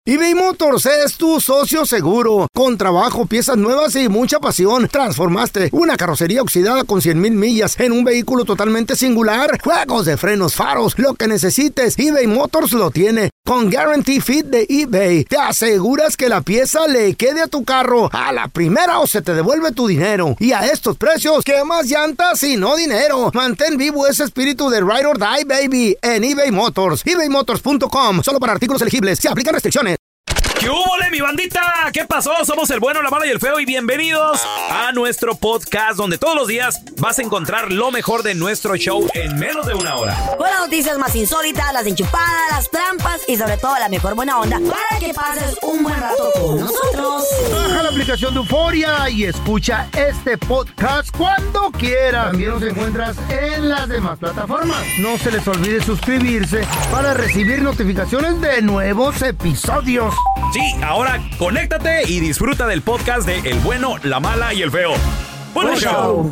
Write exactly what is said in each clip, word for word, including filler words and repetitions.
eBay Motors es tu socio seguro. Con trabajo, piezas nuevas y mucha pasión, transformaste una carrocería oxidada con cien mil millas en un vehículo totalmente singular. Juegos de frenos, faros, lo que necesites, eBay Motors lo tiene. Con Guarantee Fit de eBay, te aseguras que la pieza le quede a tu carro a la primera o se te devuelve tu dinero. Y a estos precios, ¿qué más llantas y no dinero? Mantén vivo ese espíritu de Ride or Die, baby, en eBay Motors. eBay Motors punto com. Solo para artículos elegibles. Se aplican restricciones. ¿Qué hubo, mi bandita? ¿Qué pasó? Somos el bueno, la mala y el feo y bienvenidos a nuestro podcast donde todos los días vas a encontrar lo mejor de nuestro show en menos de una hora. Con las noticias más insólitas, las enchupadas, las trampas y sobre todo la mejor buena onda para que pases un buen rato con nosotros. Baja la aplicación de Euforia y escucha este podcast cuando quieras. También nos encuentras en las demás plataformas. No se les olvide suscribirse para recibir notificaciones de nuevos episodios. Sí, ahora conéctate y disfruta del podcast de El Bueno, la Mala y el Feo. ¡Buen show!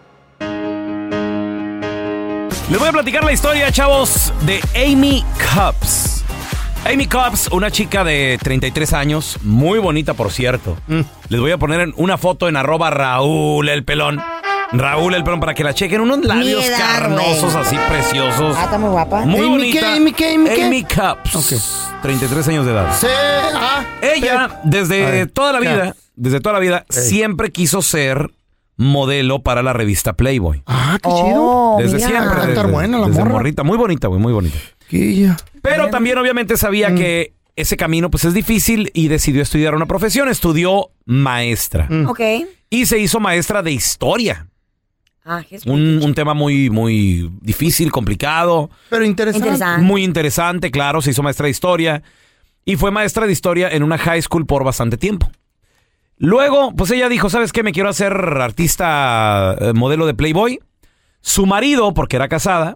Les voy a platicar la historia, chavos, de Amy Cups. Amy Cups, una chica de treinta y tres años, muy bonita, por cierto. Mm. Les voy a poner una foto en arroba Raúl el Pelón. Raúl el Pelón, para que la chequen. Unos labios edad, carnosos, wey. Así preciosos. Ah, está muy guapa. Muy Amy bonita. Amy, ¿qué, Amy, qué? Amy Cups. Okay. treinta y tres años de edad. Sí, ah, Ella, desde ver, toda la vida, desde toda la vida, hey. siempre quiso ser modelo para la revista Playboy. Ah, qué chido. Desde mira. siempre. Va a estar desde, buena la desde morra. morrita. Muy bonita, güey, muy bonita. Quilla. Pero Bien. también, obviamente, sabía mm. que ese camino, pues, es difícil y decidió estudiar una profesión. Estudió maestra. Mm. Ok. Y se hizo maestra de historia. Ah, un, un tema muy, muy difícil, complicado. Pero interesante. interesante. Muy interesante, claro. Se hizo maestra de historia. Y fue maestra de historia en una high school por bastante tiempo. Luego, pues ella dijo, ¿sabes qué? Me quiero hacer artista eh, modelo de Playboy. Su marido, porque era casada,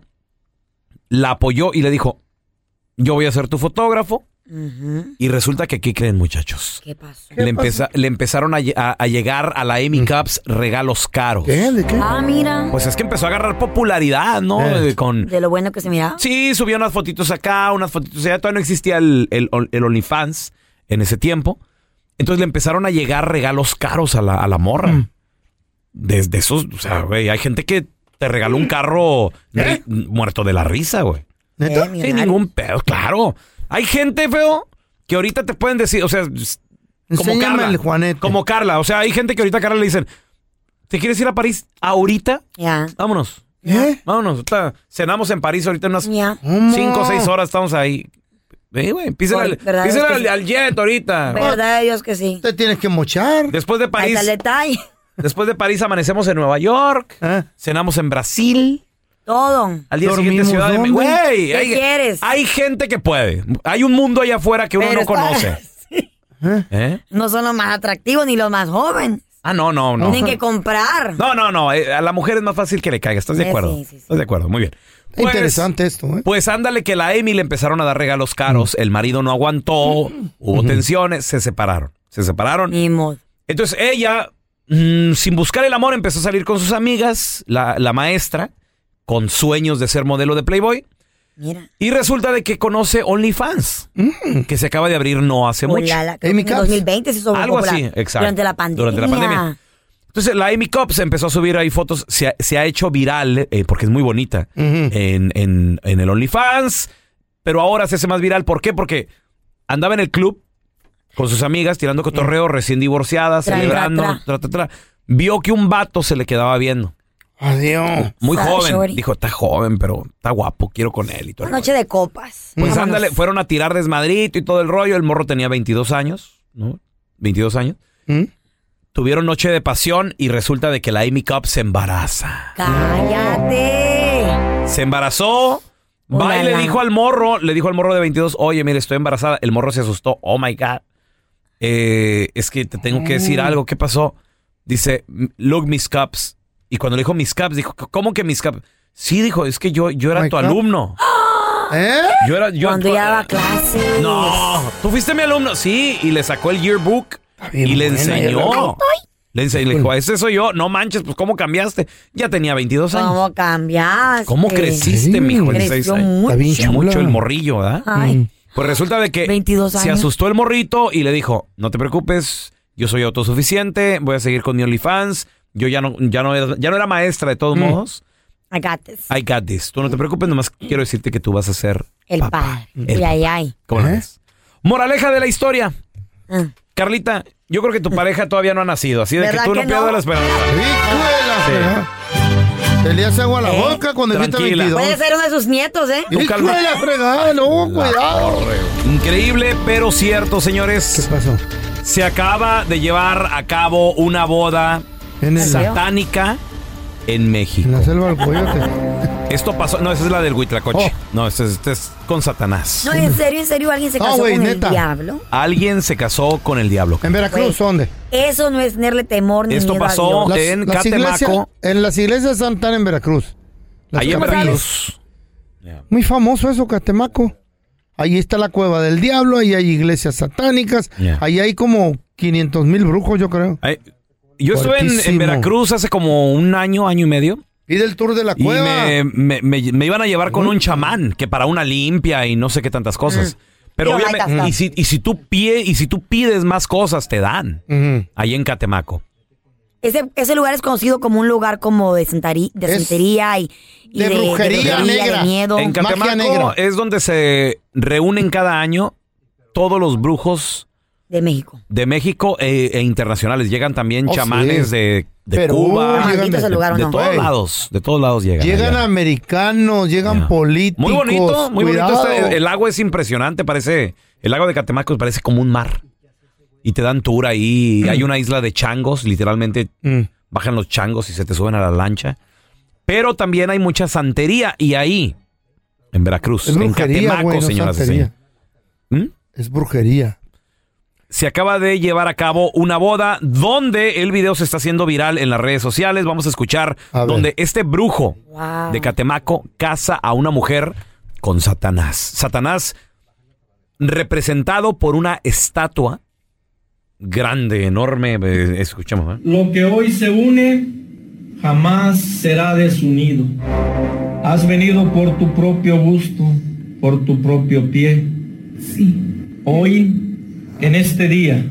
la apoyó y le dijo, yo voy a ser tu fotógrafo. Uh-huh. Y resulta que, ¿qué creen, muchachos? ¿Qué pasó? Le, empeza- le empezaron a, a, a llegar a la Amy Cups regalos caros. ¿Qué? ¿De qué? Ah, mira. Pues es que empezó a agarrar popularidad, ¿no? Eh. Eh, con... De lo bueno que se miraba. Sí, subía unas fotitos acá, unas fotitos allá. Todavía no existía el, el, el OnlyFans en ese tiempo. Entonces le empezaron a llegar regalos caros a la, a la morra. Mm. Desde de esos, o sea, güey, hay gente que te regaló un carro ¿Eh? ri- muerto de la risa, güey. ¿Neta? Eh, Sin ningún pedo, claro. Hay gente, feo, que ahorita te pueden decir, o sea, como Enséñame Carla. el Juanete. Como Carla, o sea, hay gente que ahorita a Carla le dicen, ¿te quieres ir a París ahorita? Ya. Vámonos. ¿Eh? Vámonos. Está, cenamos en París ahorita unas Ya. cinco o seis horas, estamos ahí. Eh, güey, písele, al, ¿Verdad písele es que al, sí? al jet ahorita. Verdad de Dios que sí. Te tienes que mochar. Después de Ahí París, está el detalle. después de París amanecemos en Nueva York, ¿Eh? cenamos en Brasil. Todo. Al día Dormimos, siguiente Ciudad de ¿dónde? México. Güey, ¿Qué hay, quieres? hay gente que puede. Hay un mundo allá afuera que uno Pero no está- conoce. ¿Eh? ¿Eh? No son los más atractivos ni los más jóvenes. Ah, no, no, no. Tienen que comprar. No, no, no. eh, A la mujer es más fácil que le caiga. ¿Estás de Eh, acuerdo? sí, sí, sí. ¿Estás de acuerdo? Muy bien. Pues, Interesante esto, ¿eh? Pues ándale que la Amy le empezaron a dar regalos caros. El marido no aguantó. Hubo tensiones. Se separaron. Se separaron. Ni modo. Entonces ella, mmm, sin buscar el amor, empezó a salir con sus amigas, la, la maestra, con sueños de ser modelo de Playboy. Mira. Y resulta de que conoce OnlyFans, mm. que se acaba de abrir no hace mucho. Ulala, creo Amy que en Cups. dos mil veinte se hizo Algo popular. así, exacto. Durante la pandemia. Durante la pandemia. Entonces la Amy Cups empezó a subir ahí fotos, se ha, se ha hecho viral, eh, porque es muy bonita, Uh-huh. en, en, en el OnlyFans, pero ahora se hace más viral. ¿Por qué? Porque andaba en el club con sus amigas, tirando cotorreo, recién divorciadas, Tra, celebrando, tra, tra, tra, tra. Vio que un vato se le quedaba viendo. Adiós. Muy Sa- joven. shorty. Dijo, está joven, pero está guapo, quiero con él y todo el Una noche rollo. de copas. Pues Vámonos. ándale, fueron a tirar desmadrito y todo el rollo. El morro tenía veintidós años, ¿no? veintidós años. ¿Mm? Tuvieron noche de pasión y resulta de que la Amy Cups se embaraza. ¡Cállate! Se embarazó. Va y le Ulala. dijo al morro, le dijo al morro de veintidós, oye, mire, estoy embarazada. El morro se asustó. Oh, my God. Eh, es que te tengo que decir algo. ¿Qué pasó? Dice, look, Miss Cups. Y cuando le dijo Miss Cups, dijo, ¿cómo que Miss Cups? Sí, dijo, es que yo, yo era My tu Cup. alumno. ¿Eh? Yo era, yo Cuando tu- ya daba clases. No, tú fuiste mi alumno. Sí, y le sacó el yearbook bien y le buena, enseñó. Le enseñó, le dijo, ese soy yo. No manches, pues ¿cómo cambiaste? Ya tenía veintidós años. ¿Cómo cambiaste? ¿Cómo creciste, Sí, mijo? en Creció seis años? mucho. Está bien chula. Mucho el morrillo, ¿verdad? Ay, Pues resulta de que veintidós años. se asustó el morrito y le dijo, no te preocupes, yo soy autosuficiente, voy a seguir con mi OnlyFans, yo ya no, ya no, era, ya no era maestra de todos mm. modos. I got this. I got this. Tú no te preocupes, nomás quiero decirte que tú vas a ser el papá. padre. El ay, ay. ¿Cómo ¿Eh? ves? Moraleja de la historia. Mm. Carlita, yo creo que tu pareja todavía no ha nacido, así de que tú no pierdas no? la esperanza. Sí. Se le hace agua a la boca cuando empieza veintidós. Puede ser uno de sus nietos, ¿eh? ¡Hijo de la fregada! ¡No, cuidado! Increíble, pero cierto, señores. ¿Qué pasó? Se acaba de llevar a cabo una boda ¿En el satánica en México. En la selva del coyote. Esto pasó, no, esa es la del Huitlacoche. Oh. No, este es, este es con Satanás. No, en serio, en serio, alguien se casó oh, wey, con neta. el diablo. Alguien se casó con el diablo. ¿En Veracruz? Wey, ¿dónde? Eso no es tenerle temor ni Esto miedo pasó a Dios. en las, Catemaco. Las iglesias, en las iglesias están en Veracruz. Ahí en Veracruz. Yeah. Muy famoso eso, Catemaco. Ahí está la cueva del diablo, ahí hay iglesias satánicas, yeah. ahí hay como quinientos mil brujos, yo creo. Ay, yo estuve en, en Veracruz hace como un año, año y medio. Y del tour de la cueva. Y me, me, me, me iban a llevar con un chamán, que para una limpia y no sé qué tantas cosas. Mm. Pero obviamente, y si, y, si tú pie, y si tú pides más cosas, te dan. Mm. Ahí en Catemaco. Ese, ese lugar es conocido como un lugar como de, santarí, de santería y, y de, de brujería, de, negra. de miedo. En Catemaco es donde se reúnen cada año todos los brujos de México. De México e, e internacionales. Llegan también oh, chamanes sí. de, de Perú, Cuba. Llegan de, lugar, de, no? de todos hey. lados. De todos lados llegan. Llegan allá. americanos, llegan yeah. políticos. Muy bonito, muy Cuidado. bonito. Este, el agua es impresionante. Parece, el lago de Catemaco parece como un mar. Y te dan tour ahí. Mm. Hay una isla de changos, literalmente. Mm. Bajan los changos y se te suben a la lancha. Pero también hay mucha santería. Y ahí, en Veracruz, es en Catemaco, güey, no señoras y señores. ¿Mm? Es brujería. Se acaba de llevar a cabo una boda donde el video se está haciendo viral en las redes sociales. Vamos a escuchar a donde este brujo wow. de Catemaco casa a una mujer con Satanás. Satanás representado por una estatua grande, enorme. Escuchamos, ¿eh? Lo que hoy se une jamás será desunido. Has venido por tu propio gusto, por tu propio pie. Sí. Hoy, en este día,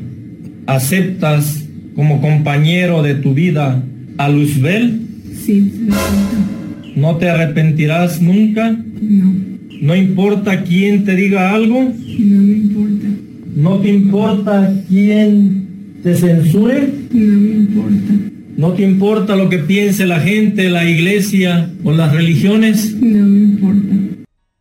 ¿aceptas como compañero de tu vida a Luzbel? Sí, ¿No te arrepentirás nunca? No. ¿No importa quién te diga algo? No me importa. ¿No te importa quién te censure? No me importa. ¿No te importa lo que piense la gente, la iglesia o las religiones? No me importa.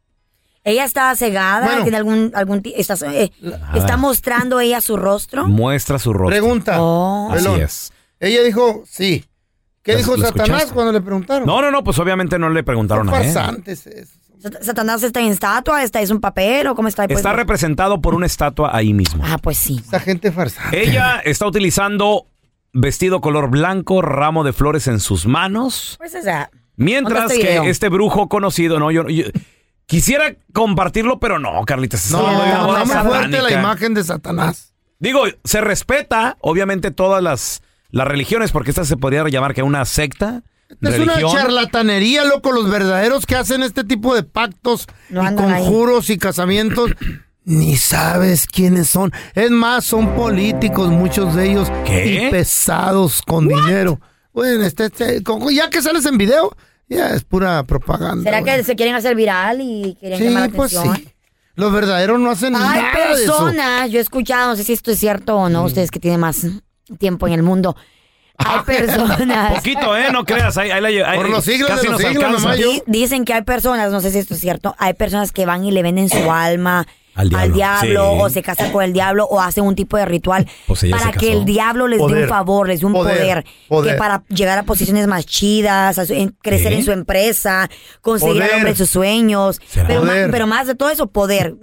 Ella está cegada, bueno, tiene algún algún está, eh, está mostrando ella su rostro. Muestra su rostro. Pregunta. Oh. Así es. Ella dijo sí. ¿Qué dijo Satanás escuchaste? Cuando le preguntaron? No, no, no, pues obviamente no le preguntaron a él. Farsantes es. ¿Satanás está en estatua? ¿Está es un papel o cómo está? Pues, está representado por una estatua ahí mismo. Ah, pues sí. Esa gente farsante. Ella está utilizando vestido color blanco, ramo de flores en sus manos. Pues esa. Mientras que video? este brujo conocido, no, yo, yo quisiera compartirlo, pero no, Carlita. No, no, no, no, no fuerte la imagen de Satanás. Digo, se respeta, obviamente, todas las, las religiones, porque esta se podría llamar que una secta. Es religión. Una charlatanería, loco, los verdaderos que hacen este tipo de pactos no y conjuros ahí. y casamientos. Ni sabes quiénes son. Es más, son políticos, muchos de ellos. ¿Qué? Y pesados con What? dinero. Bueno, este, este, ya que sales en video, ya es pura propaganda. ¿Será bueno. que se quieren hacer viral y quieren sí, llamar la pues atención? Sí. Los verdaderos no hacen Hay nada de eso. personas, yo he escuchado, no sé si esto es cierto o no, mm. ustedes que tienen más tiempo en el mundo. Hay personas. Poquito, ¿eh? No creas. Hay, hay, hay, Por los siglos casi de los nos siglos, alcanza. D- dicen que hay personas, no sé si esto es cierto, hay personas que van y le venden su alma al diablo, al diablo sí. o se casan con el diablo o hacen un tipo de ritual pues para que el diablo les poder, dé un favor, les dé un poder, poder, poder. que para llegar a posiciones más chidas, a su, en, crecer ¿Eh? en su empresa, conseguir poder. al hombre de sus sueños, pero más, pero más de todo eso, poder.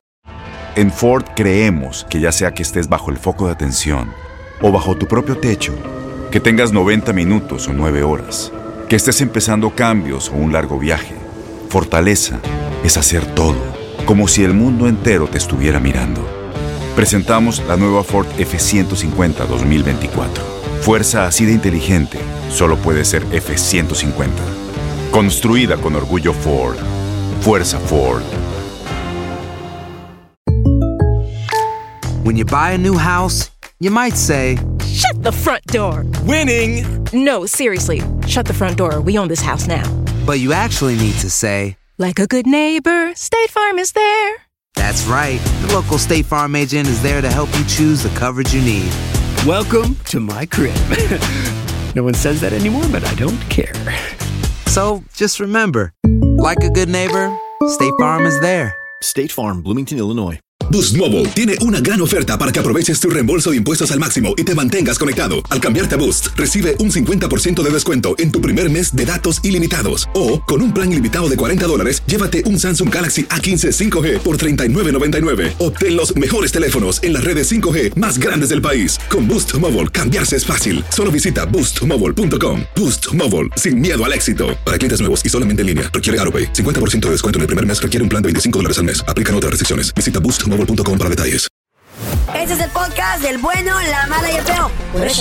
En Ford creemos que ya sea que estés bajo el foco de atención o bajo tu propio techo, que tengas noventa minutos o nueve horas, que estés empezando cambios o un largo viaje, fortaleza es hacer todo, como si el mundo entero te estuviera mirando. Presentamos la nueva Ford F ciento cincuenta dos mil veinticuatro. Fuerza así de inteligente solo puede ser F ciento cincuenta. Construida con orgullo Ford. Fuerza Ford. When you buy a new house, you might say, Shut the front door! Winning! No, seriously, shut the front door. We own this house now. but you actually need to say, Like a good neighbor, State Farm is there. That's right. The local State Farm agent is there to help you choose the coverage you need. Welcome to my crib. No one says that anymore, but I don't care. So just remember, like a good neighbor, State Farm is there. State Farm, Bloomington, Illinois. Boost Mobile tiene una gran oferta para que aproveches tu reembolso de impuestos al máximo y te mantengas conectado. Al cambiarte a Boost, recibe un cincuenta por ciento de descuento en tu primer mes de datos ilimitados. O, con un plan ilimitado de cuarenta dólares, llévate un Samsung Galaxy A quince cinco G por treinta y nueve noventa y nueve. Obtén los mejores teléfonos en las redes cinco G más grandes del país. Con Boost Mobile, cambiarse es fácil. Solo visita boost mobile punto com. Boost Mobile, sin miedo al éxito. Para clientes nuevos y solamente en línea, requiere AutoPay. cincuenta por ciento de descuento en el primer mes requiere un plan de veinticinco dólares al mes. Aplican otras restricciones. Visita boost mobile punto com para detalles. Este es el podcast del bueno, la mala y el feo. Por eso.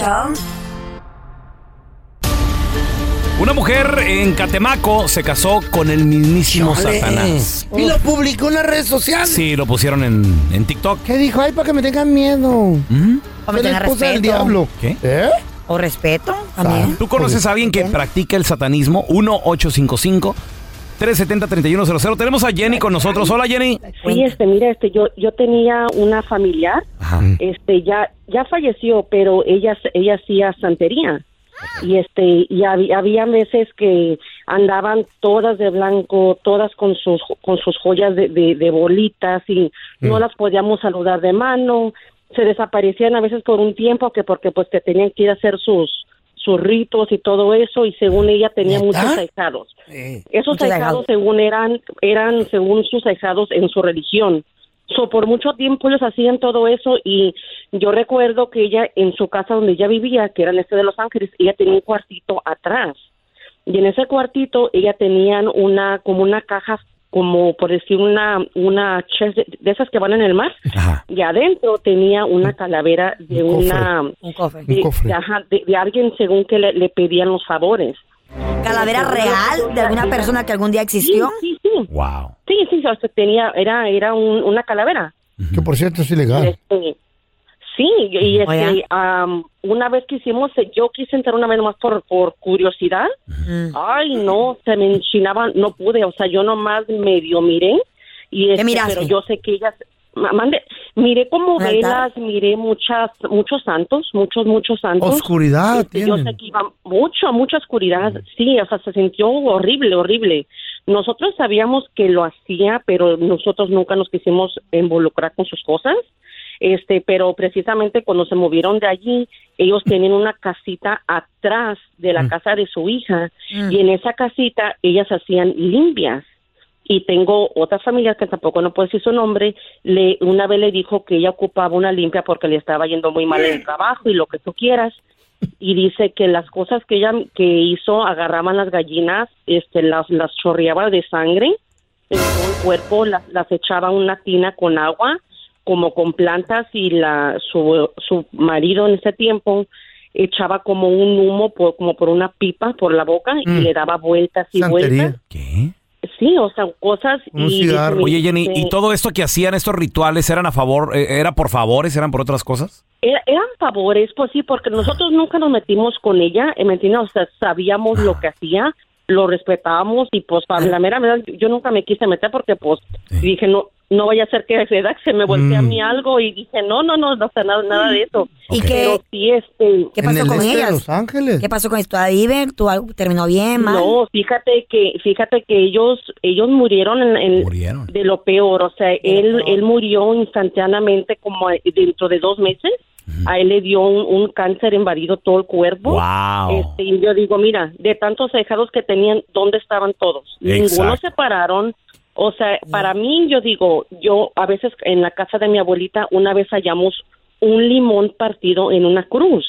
Una mujer en Catemaco se casó con el mismísimo Chale. Satanás. Y lo publicó en las redes sociales. Sí, lo pusieron en, en TikTok. ¿Qué dijo? Ay, para que me tengan miedo. ¿Mm? O me Se tenga les puso el respeto. diablo. ¿Qué? ¿Eh? O respeto también. ¿Tú conoces a alguien que practica el satanismo? uno ocho cinco cinco, tres siete cero, tres uno cero cero. Tenemos a Jenny con nosotros. Hola, Jenny. Sí, este, mira, este, yo, yo tenía una familiar, Ajá. este, ya, ya falleció, pero ella, ella hacía santería. Y este, y había, había veces que andaban todas de blanco, todas con sus, con sus joyas de, de, de bolitas y Mm. no las podíamos saludar de mano. Se desaparecían a veces por un tiempo que porque pues te tenían que ir a hacer sus, sus ritos y todo eso, y según ella tenía ¿Neta? muchos ahijados. Esos Muchos ahijados ahijados. según eran, eran según sus ahijados en su religión. So, por mucho tiempo ellos hacían todo eso, y yo recuerdo que ella en su casa donde ella vivía, que era en este de Los Ángeles, ella tenía un cuartito atrás, y en ese cuartito ella tenían una, como una caja, como por decir una, una chest de, de esas que van en el mar, Ajá. y adentro tenía una calavera de Un cofre. una, Un cofre. de, Un cofre. de- ajá, de- de alguien según que le, le pedían los favores. ¿Calavera real de alguna persona que algún día existió? Sí, sí, sí. Wow. Sí, sí, o sea, tenía, era, era un- una calavera. Que por cierto es ilegal. Este, sí, y y, este, Oye. am, una vez que hicimos, eh, yo quise entrar una vez más por, por curiosidad. Mm. Ay, no, se me enchinaba, no pude, o sea, yo nomás medio miré. Y este, miraste? pero yo sé que ellas, ma- mande, miré como ¿Un altar? velas, miré muchas, muchos santos, muchos, muchos santos. Oscuridad Este, yo tienen. sé que iba mucho, mucha oscuridad, sí, o sea, se sintió horrible, horrible. Nosotros sabíamos que lo hacía, pero nosotros nunca nos quisimos involucrar con sus cosas. Este, pero precisamente cuando se movieron de allí, ellos tenían una casita atrás de la casa de su hija, Mm. y en esa casita ellas hacían limpias. Y tengo otra familia que tampoco no puedo decir su nombre, le una vez le dijo que ella ocupaba una limpia porque le estaba yendo muy mal en el trabajo y lo que tú quieras. Y dice que las cosas que ella que hizo, agarraban las gallinas, este las las chorreaba de sangre en todo el cuerpo, las, las echaba a una tina con agua, como con plantas, y la su, su marido en ese tiempo echaba como un humo por, como por una pipa por la boca, y Mm. le daba vueltas y Santería. vueltas. ¿Qué? Sí, o sea, cosas. Un y cigarro. Oye, Jenny, ¿y este, todo esto que hacían, estos rituales, eran a favor, eh, era por favores, eran por otras cosas? Era- eran favores, pues sí, porque nosotros nunca nos metimos con ella, eh, ¿me entiendes? O sea, sabíamos lo que hacía, lo respetábamos, y pues para la mera verdad yo nunca me quise meter porque pues dije, no no vaya a ser que de edad se me voltee a Mm. mí algo, y dije, no, no, no, no sé nada, nada de eso. ¿Y Ok. qué, Pero sí, este... qué En pasó el con este de ellas? Los Ángeles. ¿Qué pasó con ellas? ¿Todavía viven? ¿Tú algo terminó bien, mal? No, fíjate que fíjate que ellos ellos murieron en, en- Murieron. de lo peor, o sea, él él murió instantáneamente como dentro de dos meses. A él le dio un, un cáncer invadido todo el cuerpo. Wow. Este, y yo digo, mira, de tantos ahijados que tenían, ¿dónde estaban todos? Ninguno Exacto. se pararon. O sea, para mí, yo digo, yo a veces en la casa de mi abuelita, una vez hallamos un limón partido en una cruz.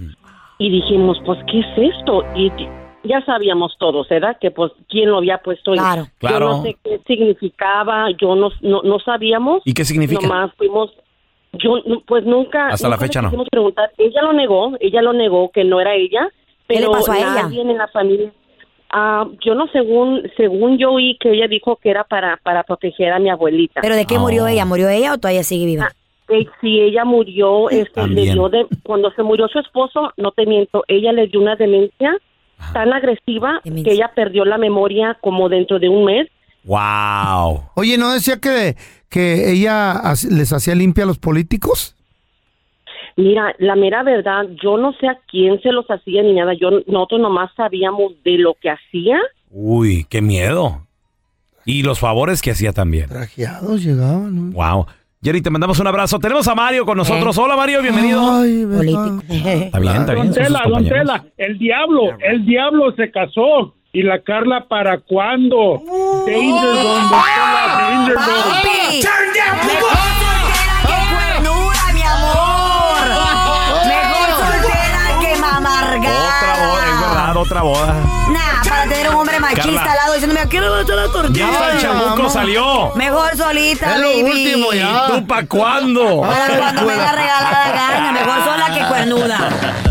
Y dijimos, pues, ¿qué es esto? Y ya sabíamos todos, ¿verdad? Que, pues, ¿quién lo había puesto ahí? Claro. Yo Claro. no sé qué significaba, yo no, no, no sabíamos. ¿Y qué significa? Nomás fuimos, yo, pues, nunca... Hasta la nunca fecha le no. quisimos preguntar. Ella lo negó, ella lo negó, que no era ella. ¿Qué le Pero pasó a ella? nadie en la familia... Ah, yo no, según según yo oí que ella dijo que era para, para proteger a mi abuelita. ¿Pero de qué Oh. murió ella? ¿Murió ella o todavía sigue viva? Ah, eh, si ella murió, este, le dio de, cuando se murió su esposo, no te miento, ella le dio una demencia tan agresiva que ella perdió la memoria como dentro de un mes. Wow. Oye, ¿no decía que, que ella les hacía limpia a los políticos? Mira, la mera verdad, yo no sé a quién se los hacía ni nada. Yo nosotros nomás sabíamos de lo que hacía. Uy, qué miedo. Y los favores que hacía también. Trajeados llegaban, ¿no? Wow. Jerry, te mandamos un abrazo. Tenemos a Mario con nosotros. ¿Eh? Hola, Mario, bienvenido. Ay, político. Está bien, está bien. Don Tela, Don Tela, el diablo, el diablo se casó. ¿Y la Carla para cuándo? Uh, Danger Zone, Don Tela, Danger Zone. ¡Papi! ¡Mejor soltera que cuernuda, mi amor! ¡Mejor soltera que mamargada! Otra boda, es verdad, otra boda. Nah, para tener un hombre machista Carla, al lado diciéndome, ¿a qué le voy a echar la tortilla? Ya está el chamuco, salió. Mejor solita, es lo baby. último ya. ¿Tú pa' cuándo? Para cuando me la regala la gana, mejor sola que cuernuda.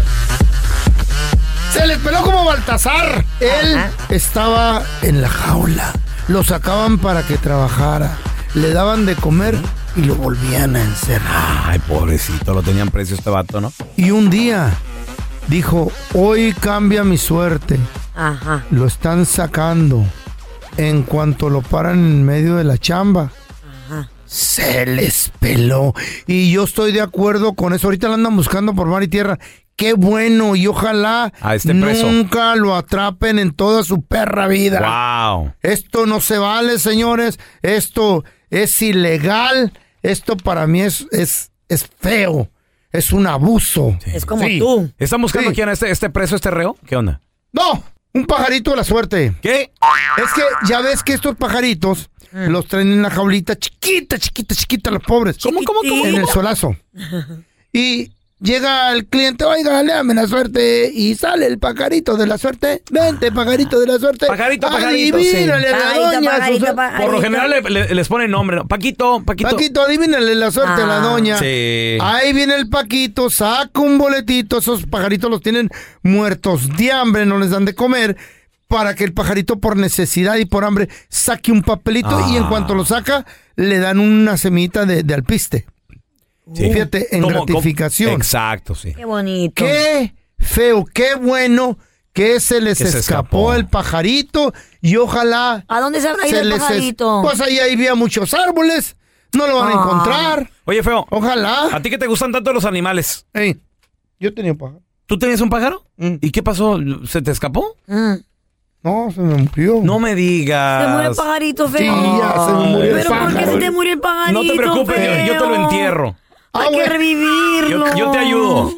Se les peló como Baltasar. Él Ajá. estaba en la jaula. Lo sacaban para que trabajara. Le daban de comer y lo volvían a encerrar. Ay, pobrecito, lo tenían precio este vato, ¿no? Y un día dijo, hoy cambia mi suerte. Ajá. Lo están sacando. En cuanto lo paran en medio de la chamba, Ajá. se les peló. Y yo estoy de acuerdo con eso. Ahorita lo andan buscando por mar y tierra. Qué bueno, y ojalá a este preso nunca lo atrapen en toda su perra vida. Wow. Esto no se vale, señores. Esto es ilegal. Esto para mí es, es, es feo. Es un abuso. Sí. Es como sí. tú. ¿Están buscando sí. quién es este, este preso, este reo? ¿Qué onda? No, un pajarito de la suerte. ¿Qué? Es que ya ves que estos pajaritos mm. los traen en una jaulita chiquita, chiquita, chiquita, los pobres. ¿Cómo, cómo, cómo? En el solazo. Y llega el cliente, oiga, léame la suerte. Y sale el pajarito de la suerte. Vente, pajarito de la suerte. Pajarito, pajarito. Adivínale Sí. a la Pajarito, doña. pajarito, su- pajarito. Por lo general le, le- les ponen nombre, ¿no? Paquito, Paquito. Paquito, adivínale la suerte a la Ah. doña. Sí. Ahí viene el Paquito, saca un boletito. Esos pajaritos los tienen muertos de hambre, no les dan de comer. Para que el pajarito, por necesidad y por hambre, saque un papelito. Ah. Y en cuanto lo saca, le dan una semita de, de alpiste. Sí. Fíjate, en ¿Cómo, gratificación. cómo? Exacto, sí. Qué bonito. Qué feo, qué bueno que se les Que se escapó, escapó. el pajarito. Y ojalá ¿A dónde se habrá ido el les es- pajarito? Pues ahí había muchos árboles. No lo van a Ah. encontrar. Oye, feo, Ojalá. ¿a ti que te gustan tanto los animales? Ey, yo tenía un pájaro. ¿Tú tenías un pájaro? Mm. ¿Y qué pasó? ¿Se te escapó? Mm. No, se me murió. No me digas. Se murió el pajarito feo. Sí, ya se me murió el ¿Pero por qué pájaro. se te murió el pajarito No te preocupes, yo, yo te lo feo? entierro. Hay Ah, que bueno. revivirlo. Yo, yo te ayudo.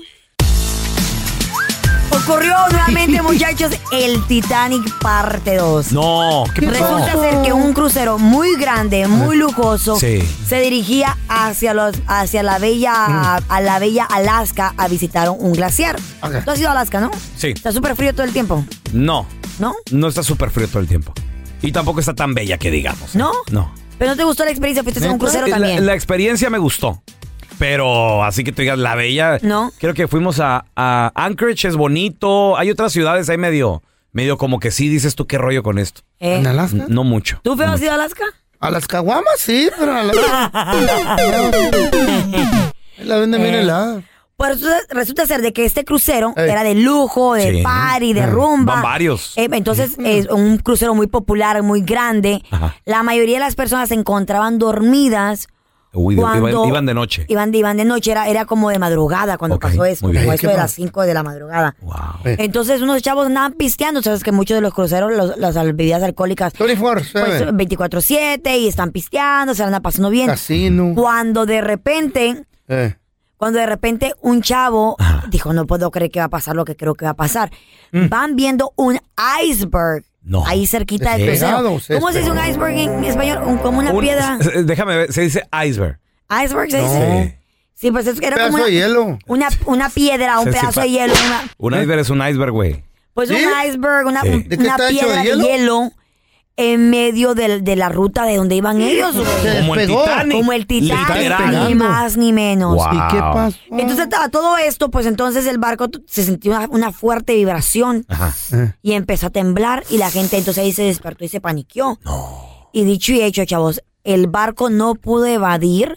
Ocurrió nuevamente, muchachos, el Titanic parte dos. No, ¿qué pasó? Resulta ser que un crucero muy grande, muy lujoso, Sí. se dirigía hacia los hacia la bella a la bella Alaska a visitar un glaciar. Ok. ¿Tú has ido a Alaska, no? Sí. Está súper frío todo el tiempo, No, ¿no? no está súper frío todo el tiempo. Y tampoco está tan bella que digamos. ¿No? No. ¿Pero no te gustó la experiencia? ¿Fuiste a un ¿Neta? crucero La, también? la experiencia me gustó. Pero así que tú digas, la bella. No. Creo que fuimos a, a Anchorage, es bonito. Hay otras ciudades ahí medio, medio como que sí dices tú qué rollo con esto. Eh, ¿En Alaska? N- No mucho. ¿Tú feo No has mucho. ido a Alaska? A las caguamas, sí, pero a la... la venden bien Eh. helada. Pues resulta, resulta ser de que este crucero Ey. era de lujo, de Sí. party, de Ah. rumba. Van varios. Eh, entonces, es un crucero muy popular, muy grande. Ajá. La mayoría de las personas se encontraban dormidas. Uy, de- cuando iban, iban de noche. Iban de, iban de noche, era, era como de madrugada cuando Ok, pasó eso, muy bien. como Ey, eso ¿qué de pasó? las cinco de la madrugada. Wow. Eh. Entonces unos chavos andaban pisteando, sabes que muchos de los cruceros, los- las bebidas alcohólicas, veinticuatro pues siete. veinticuatro siete y están pisteando, se la andan pasando bien. Casino. Cuando de repente, Eh. cuando de repente un chavo Ajá. dijo, no puedo creer que va a pasar lo que creo que va a pasar. Mm. Van viendo un iceberg No. ahí cerquita del Despegado, crucero. se ¿Cómo se dice un despegó. iceberg en español? Un- como una Un- piedra. s- Déjame ver, se dice iceberg. Iceberg se No. dice. Sí, pues es que era Pedazo como una, de hielo. una, una piedra, un Se- se pedazo pa- de hielo, una, Un iceberg es un iceberg, güey. pues ¿Sí? un iceberg, una, Sí. un- ¿De qué una está hecho, piedra de de hielo? hielo en medio del- de la ruta de donde iban ellos, güey. Se Como el despegó. Titanic. Como el Titanic, Literal. ni más ni menos. Wow. ¿Y qué pasó? Entonces, a todo esto, pues entonces el barco t- se sintió una, una fuerte vibración Ajá. Eh. y empezó a temblar y la gente entonces ahí se despertó y se paniqueó. Y dicho y hecho, chavos, el barco no pudo evadir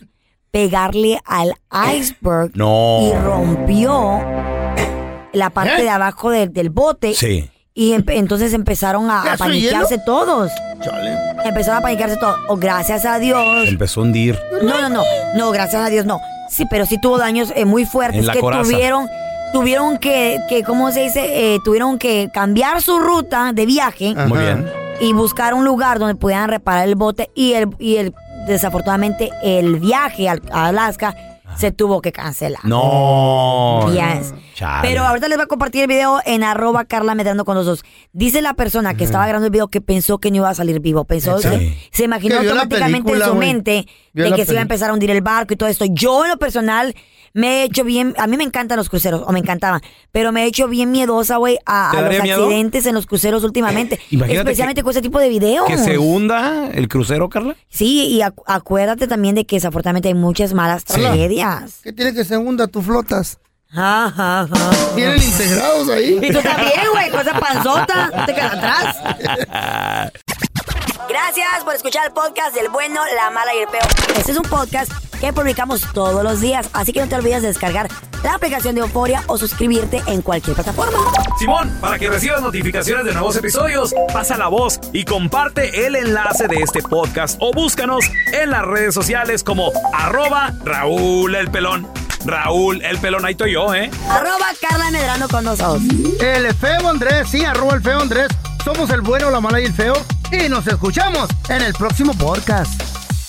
pegarle al iceberg No. y rompió la parte ¿Eh? de abajo de- del bote. Sí. Y empe- entonces empezaron a, a ¿Eso paniquearse hielo? todos. Chale. Empezaron a paniquearse todos. Oh, gracias a Dios. Empezó a hundir. No, no, no. No, gracias a Dios no. Sí, pero sí tuvo daños eh, muy fuertes En la que coraza. tuvieron tuvieron que, que, ¿cómo se dice? Eh, tuvieron que cambiar su ruta de viaje Ajá. Muy bien. y buscar un lugar donde pudieran reparar el bote y el, y el desafortunadamente el viaje al- a Alaska se tuvo que cancelar. No. Yes. Chale. Pero ahorita les voy a compartir el video en arroba Carla Medrano con los dos. Dice la persona que estaba grabando el video que pensó que no iba a salir vivo. Pensó, Sí. se, se imaginó Que vio la automáticamente película, en su güey. mente Vio de la que se iba a peli- empezar a hundir el barco y todo esto. Yo en lo personal me he hecho bien, a mí me encantan los cruceros, o me encantaban, pero me he hecho bien miedosa, güey, a, ¿Te a los daría miedo? accidentes en los cruceros últimamente. Imagínate Especialmente que- con ese tipo de videos. Que se hunda el crucero, Carla. Sí, y acu- acuérdate también de que desafortunadamente hay muchas malas Sí. tragedias. ¿Qué tiene que se hunda? Tú flotas. Ajá, ajá. Tienen integrados ahí. Y tú también, güey, con esa panzota, no te quedas atrás. Gracias por escuchar el podcast del bueno, la mala y el peor. Este es un podcast que publicamos todos los días, así que no te olvides de descargar la aplicación de Euforia o suscribirte en cualquier plataforma. Simón, para que recibas notificaciones de nuevos episodios, pasa la voz y comparte el enlace de este podcast o búscanos en las redes sociales como arroba Raúl el Pelón. Raúl el Pelón, ahí estoy yo, ¿eh? Arroba Carla Medrano con nosotros. El feo Andrés, sí, arroba el feo Andrés. Somos el bueno, la mala y el feo. Y nos escuchamos en el próximo podcast.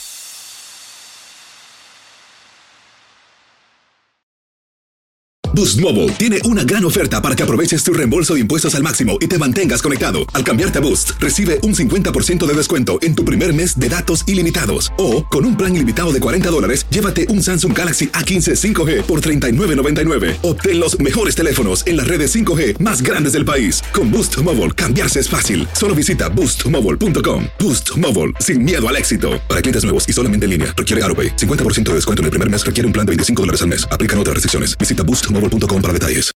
Boost Mobile tiene una gran oferta para que aproveches tu reembolso de impuestos al máximo y te mantengas conectado. Al cambiarte a Boost, recibe un cincuenta por ciento de descuento en tu primer mes de datos ilimitados. O, con un plan ilimitado de cuarenta dólares, llévate un Samsung Galaxy A quince cinco G por treinta y nueve noventa y nueve. Obtén los mejores teléfonos en las redes cinco G más grandes del país. Con Boost Mobile, cambiarse es fácil. Solo visita boost mobile punto com. Boost Mobile, sin miedo al éxito. Para clientes nuevos y solamente en línea, requiere AutoPay. cincuenta por ciento de descuento en el primer mes requiere un plan de veinticinco dólares al mes. Aplican otras restricciones. Visita boost mobile punto com para detalles.